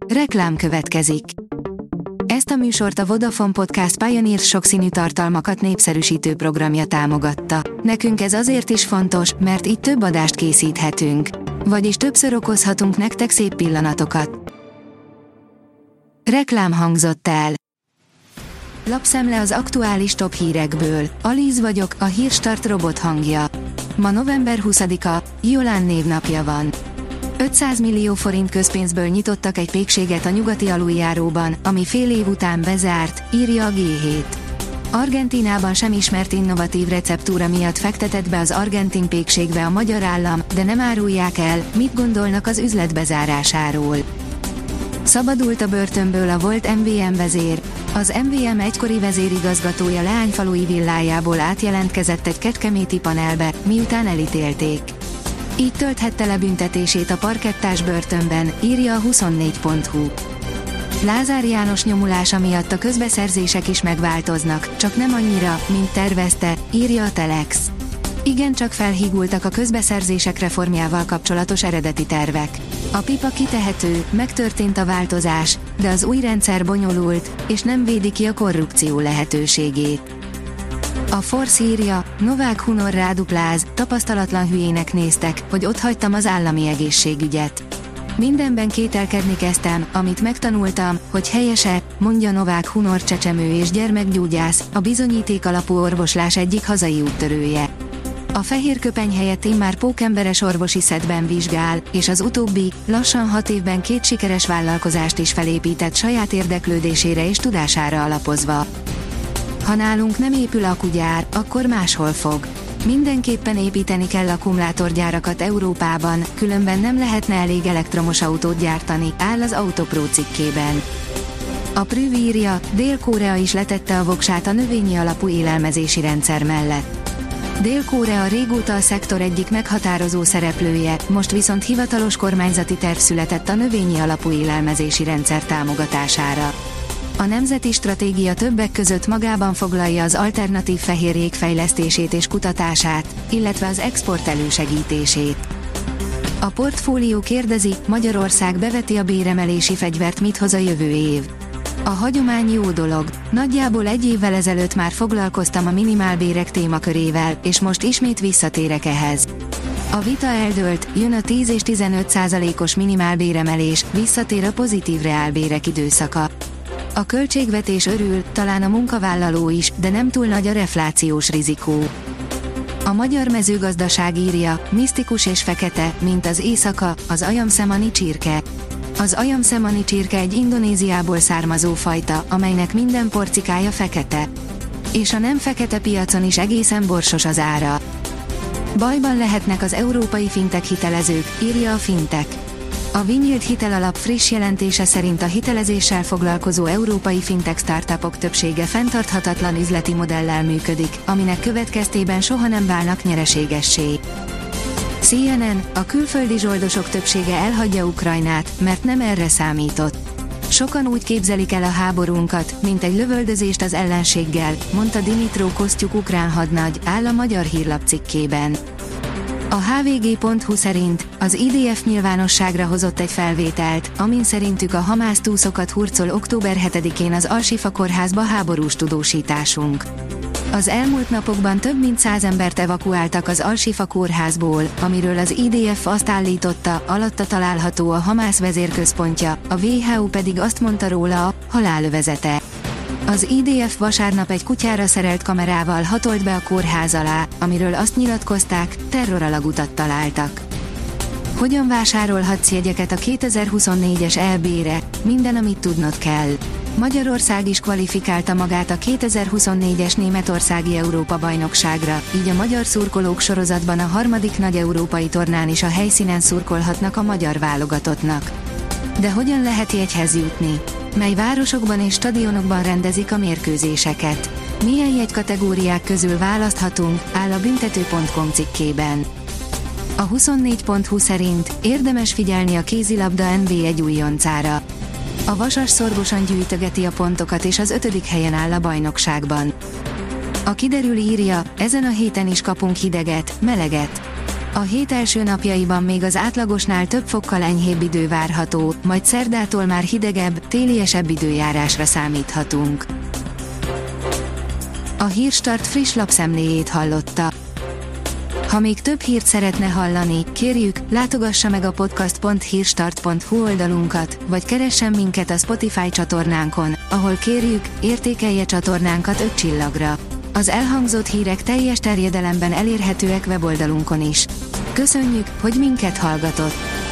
Reklám következik. Ezt a műsort a Vodafone Podcast Pioneer sokszínű tartalmakat népszerűsítő programja támogatta. Nekünk ez azért is fontos, mert így több adást készíthetünk. Vagyis többször okozhatunk nektek szép pillanatokat. Reklám hangzott el. Lapszemle az aktuális top hírekből. Alíz vagyok, a Hírstart robot hangja. Ma november 20-a, Jolán névnapja van. 500 millió forint közpénzből nyitottak egy pékséget a nyugati aluljáróban, ami fél év után bezárt, írja a G7. Argentínában sem ismert innovatív receptúra miatt fektetett be az argentin pékségbe a magyar állam, de nem árulják el, mit gondolnak az üzlet bezárásáról. Szabadult a börtönből a volt MVM vezér. Az MVM egykori vezérigazgatója leányfalui villájából átjelentkezett egy kecskeméti panelbe, miután elítélték. Így tölthette le büntetését a parkettás börtönben, írja a 24.hu. Lázár János nyomulása miatt a közbeszerzések is megváltoznak, csak nem annyira, mint tervezte, írja a Telex. Igencsak felhígultak a közbeszerzések reformjával kapcsolatos eredeti tervek. A pipa kitehető, megtörtént a változás, de az új rendszer bonyolult, és nem védi ki a korrupció lehetőségét. A Force írja, Novák Hunor rádupláz, tapasztalatlan hülyének néztek, hogy otthagytam az állami egészségügyet. Mindenben kételkedni kezdtem, amit megtanultam, hogy helyese, mondja Novák Hunor csecsemő és gyermekgyógyász, a bizonyíték alapú orvoslás egyik hazai úttörője. A fehér köpeny helyett immár pókemberes orvosi szedben vizsgál, és az utóbbi, lassan 6 évben 2 sikeres vállalkozást is felépített saját érdeklődésére és tudására alapozva. Ha nálunk nem épül akkugyár, akkor máshol fog. Mindenképpen építeni kell akkumulátorgyárakat Európában, különben nem lehetne elég elektromos autót gyártani, áll az Autopro cikkében. A Prüv írja, Dél-Korea is letette a voksát a növényi alapú élelmezési rendszer mellett. Dél-Korea régóta a szektor egyik meghatározó szereplője, most viszont hivatalos kormányzati terv született a növényi alapú élelmezési rendszer támogatására. A nemzeti stratégia többek között magában foglalja az alternatív fehérjék fejlesztését és kutatását, illetve az export elősegítését. A Portfólió kérdezi, Magyarország beveti a béremelési fegyvert, mit hoz a jövő év. A hagyomány jó dolog, nagyjából 1 évvel ezelőtt már foglalkoztam a minimálbérek témakörével, és most ismét visszatérek ehhez. A vita eldőlt, jön a 10 és 15%-os minimálbéremelés, visszatér a pozitív reálbérek időszaka. A költségvetés örül, talán a munkavállaló is, de nem túl nagy a reflációs rizikó. A magyar mezőgazdaság írja, misztikus és fekete, mint az éjszaka, az ayamszemani csirke. Az ayamszemani csirke egy Indonéziából származó fajta, amelynek minden porcikája fekete. És a nem fekete piacon is egészen borsos az ára. Bajban lehetnek az európai fintek hitelezők, írja a Fintech. A Vinyílt hitelalap friss jelentése szerint a hitelezéssel foglalkozó európai fintech startupok többsége fenntarthatatlan üzleti modellel működik, aminek következtében soha nem válnak nyereségessé. CNN, a külföldi zsoldosok többsége elhagyja Ukrajnát, mert nem erre számított. Sokan úgy képzelik el a háborúnkat, mint egy lövöldözést az ellenséggel, mondta Dimitró Kosztyuk ukrán hadnagy, áll a Magyar Hírlap cikkében. A hvg.hu szerint az IDF nyilvánosságra hozott egy felvételt, amin szerintük a Hamász túszokat hurcol október 7-én az Al-Shifa kórházba háborús tudósításunk. Az elmúlt napokban több mint 100 embert evakuáltak az Al-Shifa kórházból, amiről az IDF azt állította, alatta található a Hamász vezérközpontja, a WHO pedig azt mondta róla a halálövezete. Az IDF vasárnap egy kutyára szerelt kamerával hatolt be a kórház alá, amiről azt nyilatkozták, terroralagutat találtak. Hogyan vásárolhatsz jegyeket a 2024-es EB-re? Minden, amit tudnod kell. Magyarország is kvalifikálta magát a 2024-es németországi Európa-bajnokságra, így a magyar szurkolók sorozatban a 3. nagy európai tornán is a helyszínen szurkolhatnak a magyar válogatottnak. De hogyan lehet jegyhez jutni? Mely városokban és stadionokban rendezik a mérkőzéseket? Milyen jegykategóriák közül választhatunk, áll a büntető.com cikkében. A 24.hu szerint érdemes figyelni a kézilabda NB1 újoncára. A Vasas szorgosan gyűjtögeti a pontokat és az 5. helyen áll a bajnokságban. A Kiderül írja, ezen a héten is kapunk hideget, meleget. A hét első napjaiban még az átlagosnál több fokkal enyhébb idő várható, majd szerdától már hidegebb, téliesebb időjárásra számíthatunk. A Hírstart friss lapszemléjét hallotta. Ha még több hírt szeretne hallani, kérjük, látogassa meg a podcast.hírstart.hu oldalunkat, vagy keressen minket a Spotify csatornánkon, ahol kérjük, értékelje csatornánkat 5 csillagra. Az elhangzott hírek teljes terjedelemben elérhetőek weboldalunkon is. Köszönjük, hogy minket hallgatott!